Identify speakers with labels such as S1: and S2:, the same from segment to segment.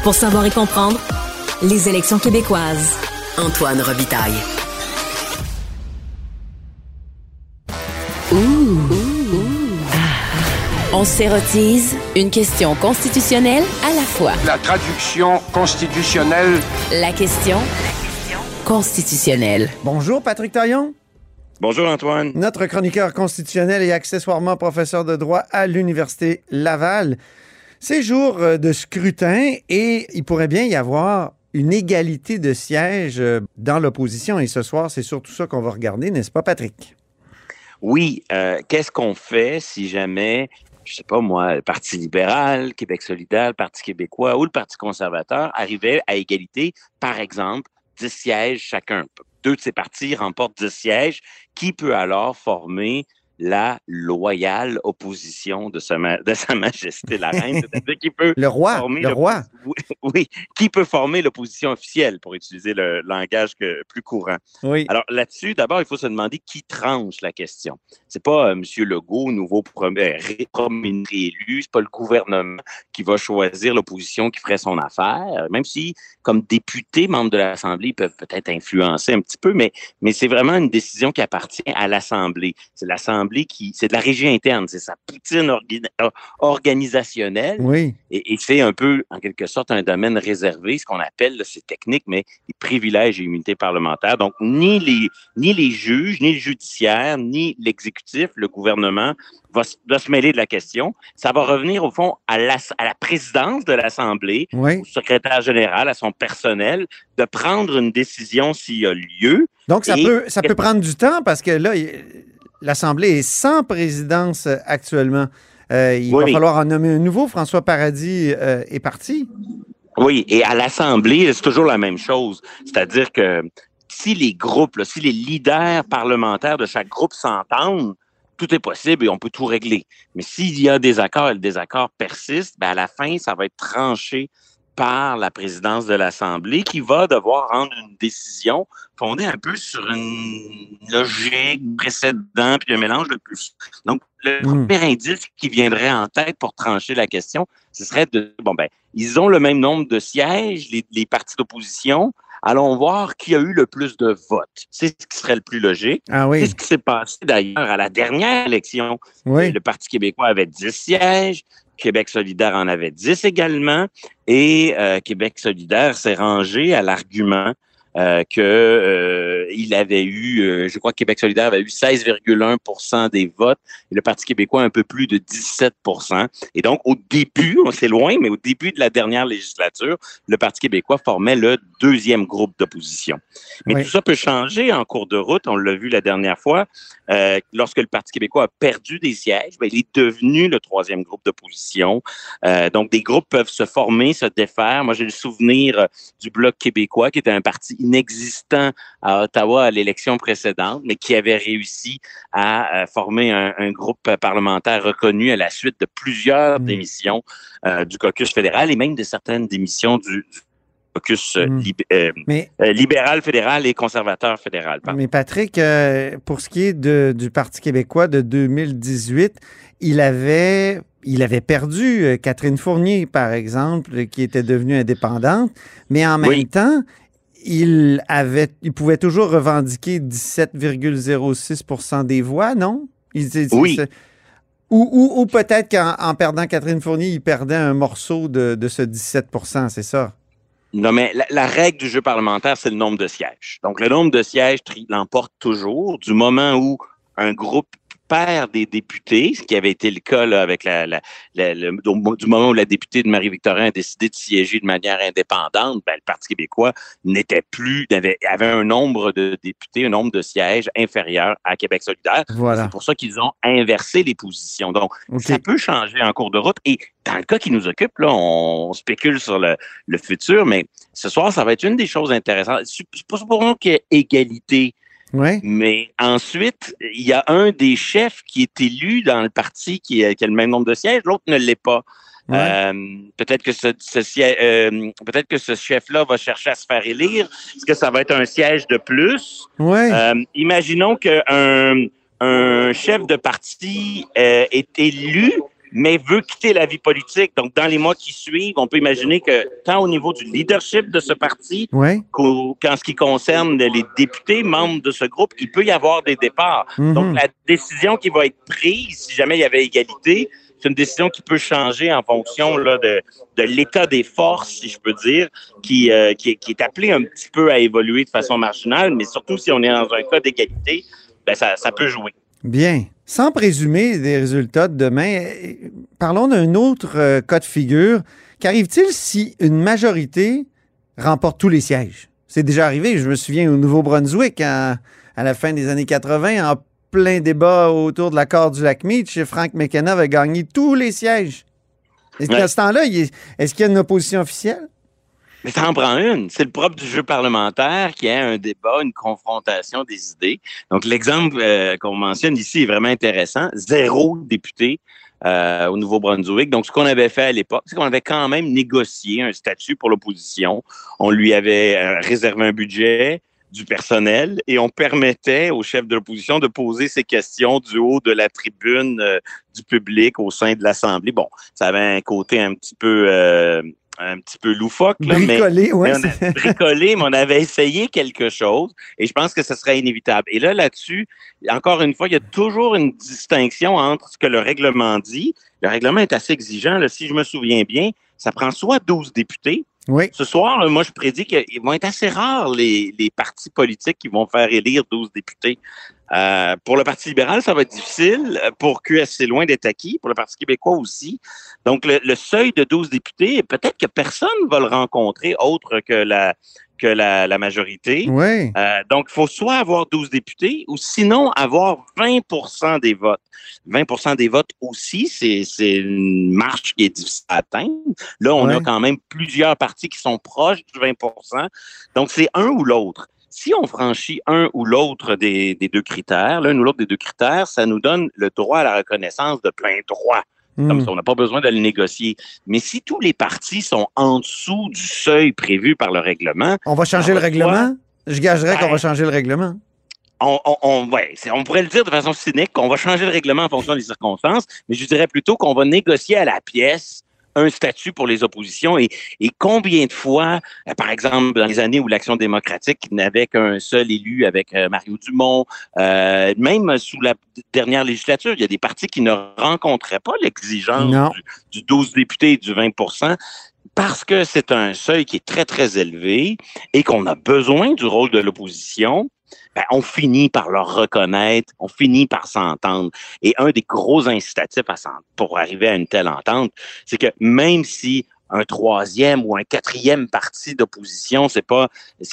S1: Pour savoir et comprendre, les élections québécoises. Antoine Robitaille. On s'érotise une question constitutionnelle à la fois.
S2: La traduction constitutionnelle.
S1: La question constitutionnelle.
S3: Bonjour, Patrick Taillon.
S4: Bonjour, Antoine.
S3: Notre chroniqueur constitutionnel et accessoirement professeur de droit à l'Université Laval. C'est jour de scrutin et il pourrait bien y avoir une égalité de sièges dans l'opposition. Et ce soir, c'est surtout ça qu'on va regarder, n'est-ce pas, Patrick?
S4: Oui. Qu'est-ce qu'on fait si jamais, je sais pas moi, le Parti libéral, Québec solidaire, le Parti québécois ou le Parti conservateur arrivaient à égalité, par exemple, 10 sièges chacun. Deux de ces partis remportent 10 sièges. Qui peut alors former la loyale opposition de Sa Majesté la Reine? C'est-à-dire qui peut
S3: le roi.
S4: Oui, qui peut former l'opposition officielle, pour utiliser le langage plus courant.
S3: Oui.
S4: Alors là-dessus, d'abord, il faut se demander qui tranche la question. C'est pas M. Legault, nouveau premier élu, c'est pas le gouvernement qui va choisir l'opposition qui ferait son affaire, même si, comme députés, membres de l'Assemblée, ils peuvent peut-être influencer un petit peu, mais c'est vraiment une décision qui appartient à l'Assemblée. C'est l'Assemblée c'est de la régie interne, c'est sa poutine organisationnelle.
S3: Oui.
S4: Et c'est un peu, en quelque sorte, un domaine réservé, ce qu'on appelle, là, c'est technique, mais les privilèges et immunités parlementaires. Donc, ni les juges, ni le judiciaire, ni l'exécutif, le gouvernement, doit se mêler de la question. Ça va revenir, au fond, à la présidence de l'Assemblée,
S3: oui,
S4: au secrétaire général, à son personnel, de prendre une décision s'il y a lieu.
S3: Donc, ça peut prendre du temps parce que là, l'Assemblée est sans présidence actuellement. Il va falloir en nommer un nouveau. François Paradis est parti.
S4: Oui, et à l'Assemblée, c'est toujours la même chose. C'est-à-dire que si les groupes, si les leaders parlementaires de chaque groupe s'entendent, tout est possible et on peut tout régler. Mais s'il y a des accords et le désaccord persiste, à la fin, ça va être tranché par la présidence de l'Assemblée qui va devoir rendre une décision fondée un peu sur une logique précédente puis un mélange de plus. Donc, le premier indice qui viendrait en tête pour trancher la question, ce serait ils ont le même nombre de sièges, les partis d'opposition. Allons voir qui a eu le plus de votes. C'est ce qui serait le plus logique.
S3: Ah oui.
S4: C'est ce qui s'est passé d'ailleurs à la dernière élection.
S3: Oui.
S4: Le Parti québécois avait 10 sièges. Québec solidaire en avait 10 également. Et Québec solidaire s'est rangé à l'argument il avait eu, je crois que Québec solidaire avait eu 16,1% des votes et le Parti québécois un peu plus de 17%. Et donc, au début, on s'est loin, mais au début de la dernière législature, le Parti québécois formait le deuxième groupe d'opposition. Mais tout ça peut changer en cours de route. On l'a vu la dernière fois. Lorsque le Parti québécois a perdu des sièges, il est devenu le troisième groupe d'opposition. Donc, des groupes peuvent se former, se défaire. Moi, j'ai le souvenir du Bloc québécois, qui était un parti inexistant à Ottawa à l'élection précédente, mais qui avait réussi à former un groupe parlementaire reconnu à la suite de plusieurs démissions du caucus fédéral et même de certaines démissions du caucus libéral fédéral et conservateur fédéral. Pardon.
S3: Mais Patrick, pour ce qui est du Parti québécois de 2018, il avait perdu Catherine Fournier, par exemple, qui était devenue indépendante, mais en même temps, il pouvait toujours revendiquer 17,06% des voix, non?
S4: Oui.
S3: Ou peut-être qu'en perdant Catherine Fournier, il perdait un morceau de ce 17%, c'est ça?
S4: Non, mais la règle du jeu parlementaire, c'est le nombre de sièges. Donc, le nombre de sièges l'emporte toujours du moment où un groupe perd des députés, ce qui avait été le cas là, avec du moment où la députée de Marie-Victorin a décidé de siéger de manière indépendante, le Parti québécois avait un nombre de députés, un nombre de sièges inférieur à Québec solidaire.
S3: Voilà.
S4: C'est pour ça qu'ils ont inversé les positions. Donc, ça peut changer en cours de route. Et dans le cas qui nous occupe, là, on spécule sur le futur, mais ce soir, ça va être une des choses intéressantes. Supposons qu'il y ait égalité.
S3: Ouais.
S4: Mais ensuite, il y a un des chefs qui est élu dans le parti qui a le même nombre de sièges, l'autre ne l'est pas. Ouais. Peut-être que ce chef-là va chercher à se faire élire. Est-ce que ça va être un siège de plus?
S3: Ouais.
S4: Imaginons qu'un chef de parti est élu mais veut quitter la vie politique. Donc, dans les mois qui suivent, on peut imaginer que tant au niveau du leadership de ce parti qu'en ce qui concerne les députés membres de ce groupe, il peut y avoir des départs. Donc, la décision qui va être prise, si jamais il y avait égalité, c'est une décision qui peut changer en fonction là, de l'état des forces, si je peux dire, qui est appelé un petit peu à évoluer de façon marginale, mais surtout si on est dans un cas d'égalité, ben ça peut jouer.
S3: Bien. Sans présumer des résultats de demain, parlons d'un autre cas de figure. Qu'arrive-t-il si une majorité remporte tous les sièges? C'est déjà arrivé, je me souviens, au Nouveau-Brunswick, à la fin des années 80, en plein débat autour de l'accord du lac Meach, Frank McKenna avait gagné tous les sièges. Est-ce qu'à ce temps-là, est-ce qu'il y a une opposition officielle?
S4: Mais ça en prend une. C'est le propre du jeu parlementaire qui est un débat, une confrontation des idées. Donc, l'exemple qu'on mentionne ici est vraiment intéressant. 0 député au Nouveau-Brunswick. Donc, ce qu'on avait fait à l'époque, c'est qu'on avait quand même négocié un statut pour l'opposition. On lui avait réservé un budget, du personnel, et on permettait au chef de l'opposition de poser ses questions du haut de la tribune du public au sein de l'Assemblée. Bon, ça avait un côté un petit peu loufoque. Là,
S3: bricolé, oui.
S4: Bricolé, mais on avait essayé quelque chose et je pense que ce serait inévitable. Et là-dessus, encore une fois, il y a toujours une distinction entre ce que le règlement dit. Le règlement est assez exigeant. Là, si je me souviens bien, ça prend soit 12 députés.
S3: Oui.
S4: Ce soir, là, moi, je prédis qu'ils vont être assez rares, les partis politiques qui vont faire élire 12 députés. Pour le Parti libéral, ça va être difficile. Pour QS, c'est loin d'être acquis. Pour le Parti québécois aussi. Donc, le seuil de 12 députés, peut-être que personne ne va le rencontrer autre que la majorité.
S3: Oui.
S4: Donc, il faut soit avoir 12 députés ou sinon avoir 20% des votes. 20% des votes aussi, c'est une marche qui est difficile à atteindre. Là, on a quand même plusieurs partis qui sont proches du 20%. Donc, c'est un ou l'autre. Si on franchit un ou l'autre des deux critères, l'un ou l'autre des deux critères, ça nous donne le droit à la reconnaissance de plein droit. Comme ça, on n'a pas besoin de le négocier. Mais si tous les partis sont en dessous du seuil prévu par le règlement...
S3: On va changer le règlement? Je gagerais qu'on va changer le règlement.
S4: On pourrait le dire de façon cynique, qu'on va changer le règlement en fonction des circonstances, mais je dirais plutôt qu'on va négocier à la pièce un statut pour les oppositions. Et combien de fois, par exemple, dans les années où l'Action démocratique n'avait qu'un seul élu avec Mario Dumont, même sous la dernière législature, il y a des partis qui ne rencontraient pas l'exigence du 12 députés et du 20%. Parce que c'est un seuil qui est très, très élevé et qu'on a besoin du rôle de l'opposition, on finit par leur reconnaître, on finit par s'entendre. Et un des gros incitatifs pour arriver à une telle entente, c'est que même si un troisième ou un quatrième parti d'opposition, n'a pas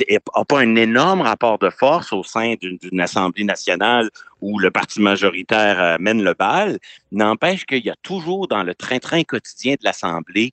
S4: un énorme rapport de force au sein d'une Assemblée nationale où le parti majoritaire mène le bal, n'empêche qu'il y a toujours dans le train-train quotidien de l'Assemblée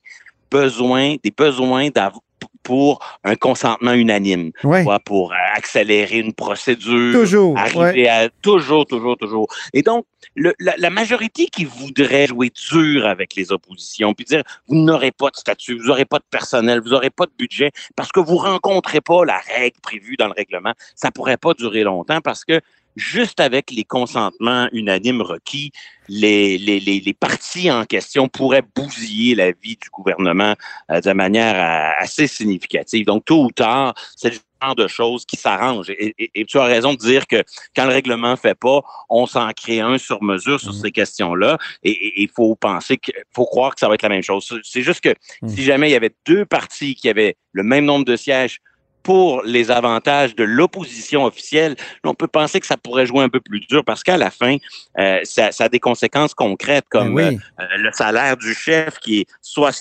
S4: des besoins pour un consentement unanime, pour accélérer une procédure, arriver à toujours. Et donc, la majorité qui voudrait jouer dur avec les oppositions, puis dire, vous n'aurez pas de statut, vous n'aurez pas de personnel, vous n'aurez pas de budget, parce que vous rencontrez pas la règle prévue dans le règlement, ça pourrait pas durer longtemps, parce que juste avec les consentements unanimes requis, les partis en question pourraient bousiller la vie du gouvernement de manière assez significative. Donc, tôt ou tard, c'est le genre de choses qui s'arrangent. Et tu as raison de dire que quand le règlement ne fait pas, on s'en crée un sur mesure sur ces questions-là. Et il faut croire que ça va être la même chose. C'est juste que si jamais il y avait deux partis qui avaient le même nombre de sièges pour les avantages de l'opposition officielle, on peut penser que ça pourrait jouer un peu plus dur parce qu'à la fin, ça a des conséquences concrètes comme le salaire du chef qui est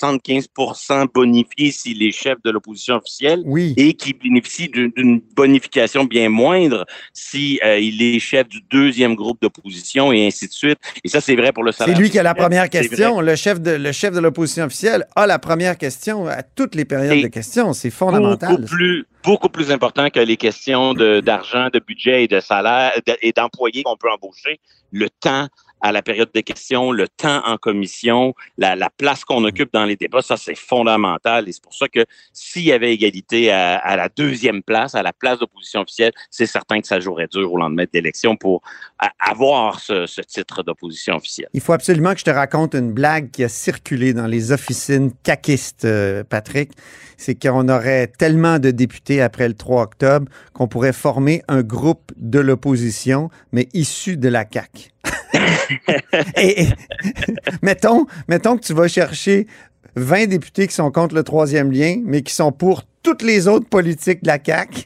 S4: 75% bonifié s'il est chef de l'opposition officielle et qui bénéficie d'une bonification bien moindre si il est chef du deuxième groupe d'opposition et ainsi de suite. Et ça, c'est vrai pour le salaire.
S3: C'est lui qui a la première question. Le chef de l'opposition officielle a la première question à toutes les périodes de questions. C'est fondamental.
S4: Beaucoup plus important que les questions d'argent, de budget et de salaire et d'employés qu'on peut embaucher. Le temps à la période des questions, le temps en commission, la place qu'on occupe dans les débats, ça c'est fondamental. Et c'est pour ça que s'il y avait égalité à la deuxième place, à la place d'opposition officielle, c'est certain que ça jouerait dur au lendemain de l'élection pour avoir ce titre d'opposition officielle.
S3: Il faut absolument que je te raconte une blague qui a circulé dans les officines caquistes, Patrick. C'est qu'on aurait tellement de députés après le 3 octobre qu'on pourrait former un groupe de l'opposition, mais issu de la CAQ. et mettons que tu vas chercher 20 députés qui sont contre le troisième lien, mais qui sont pour toutes les autres politiques de la CAQ.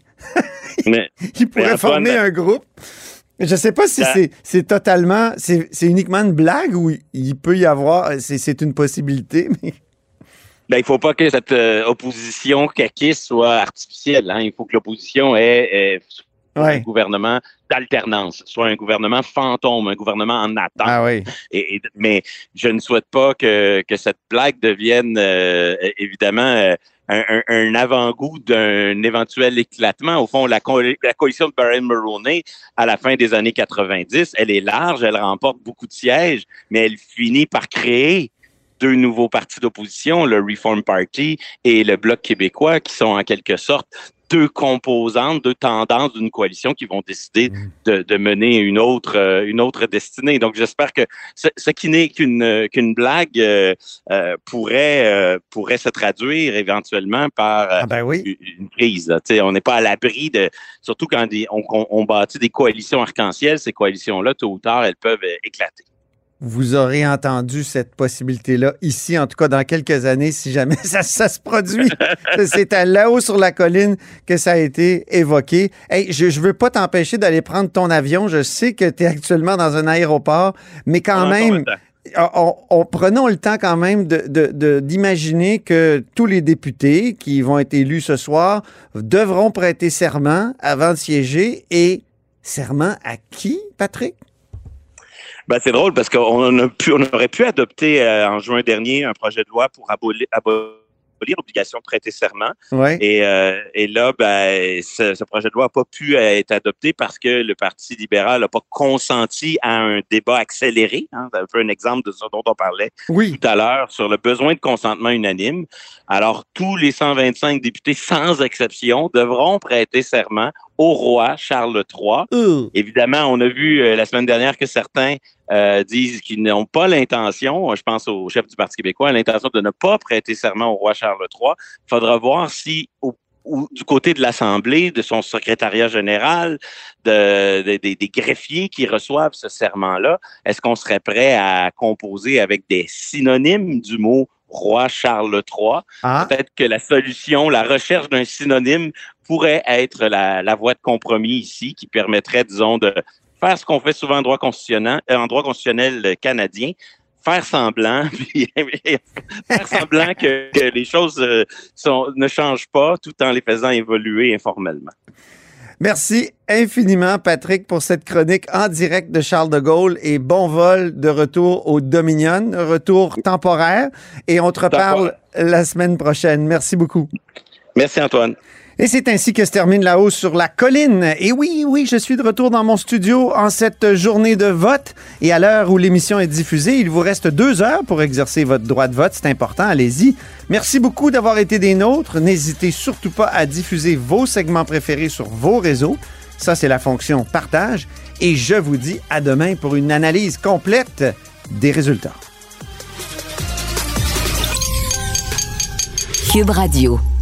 S3: Ils pourraient former un groupe. Je ne sais pas si c'est totalement... C'est uniquement une blague ou il peut y avoir... C'est une possibilité, mais...
S4: Il ne faut pas que cette opposition caquiste soit artificielle. Hein. Il faut que l'opposition ait un gouvernement d'alternance, soit un gouvernement fantôme, un gouvernement en attente.
S3: Ah oui.
S4: Mais je ne souhaite pas que cette blague devienne évidemment un avant-goût d'un éventuel éclatement. Au fond, la coalition de Barron Mulroney, à la fin des années 90, elle est large, elle remporte beaucoup de sièges, mais elle finit par créer deux nouveaux partis d'opposition, le Reform Party et le Bloc québécois, qui sont en quelque sorte deux composantes, deux tendances d'une coalition qui vont décider de mener une autre destinée. Donc, j'espère que ce qui n'est qu'une blague pourrait se traduire éventuellement par une crise. On n'est pas à l'abri de... Surtout quand on bâtit des coalitions arc-en-ciel, ces coalitions-là, tôt ou tard, elles peuvent éclater.
S3: Vous aurez entendu cette possibilité-là ici, en tout cas dans quelques années, si jamais ça se produit. C'est à là-haut sur la colline que ça a été évoqué. Hey, je veux pas t'empêcher d'aller prendre ton avion. Je sais que tu es actuellement dans un aéroport, mais quand même, prenons le temps quand même d'imaginer que tous les députés qui vont être élus ce soir devront prêter serment avant de siéger. Et serment à qui, Patrick?
S4: C'est drôle parce qu'on aurait pu adopter en juin dernier un projet de loi pour abolir l'obligation de prêter serment.
S3: Ouais.
S4: Et là, ce projet de loi n'a pas pu être adopté parce que le Parti libéral n'a pas consenti à un débat accéléré. Hein, c'est un peu un exemple de ce dont on parlait tout à l'heure sur le besoin de consentement unanime. Alors, tous les 125 députés, sans exception, devront prêter serment au roi Charles III. Évidemment, on a vu la semaine dernière que certains disent qu'ils n'ont pas l'intention, je pense au chef du Parti québécois, l'intention de ne pas prêter serment au roi Charles III. Il faudra voir si du côté de l'Assemblée, de son secrétariat général, des greffiers qui reçoivent ce serment-là, est-ce qu'on serait prêt à composer avec des synonymes du mot roi Charles III? Peut-être que la solution, la recherche d'un synonyme pourrait être la voie de compromis ici, qui permettrait, disons, de faire ce qu'on fait souvent en droit constitutionnel canadien, faire semblant, que les choses ne changent pas tout en les faisant évoluer informellement.
S3: Merci infiniment, Patrick, pour cette chronique en direct de Charles de Gaulle et bon vol de retour au Dominion, retour temporaire. Et on te reparle la semaine prochaine. Merci beaucoup.
S4: Merci, Antoine.
S3: Et c'est ainsi que se termine La Hausse sur la colline. Et oui, je suis de retour dans mon studio en cette journée de vote. Et à l'heure où l'émission est diffusée, il vous reste 2 heures pour exercer votre droit de vote. C'est important, allez-y. Merci beaucoup d'avoir été des nôtres. N'hésitez surtout pas à diffuser vos segments préférés sur vos réseaux. Ça, c'est la fonction partage. Et je vous dis à demain pour une analyse complète des résultats.
S1: Cube Radio.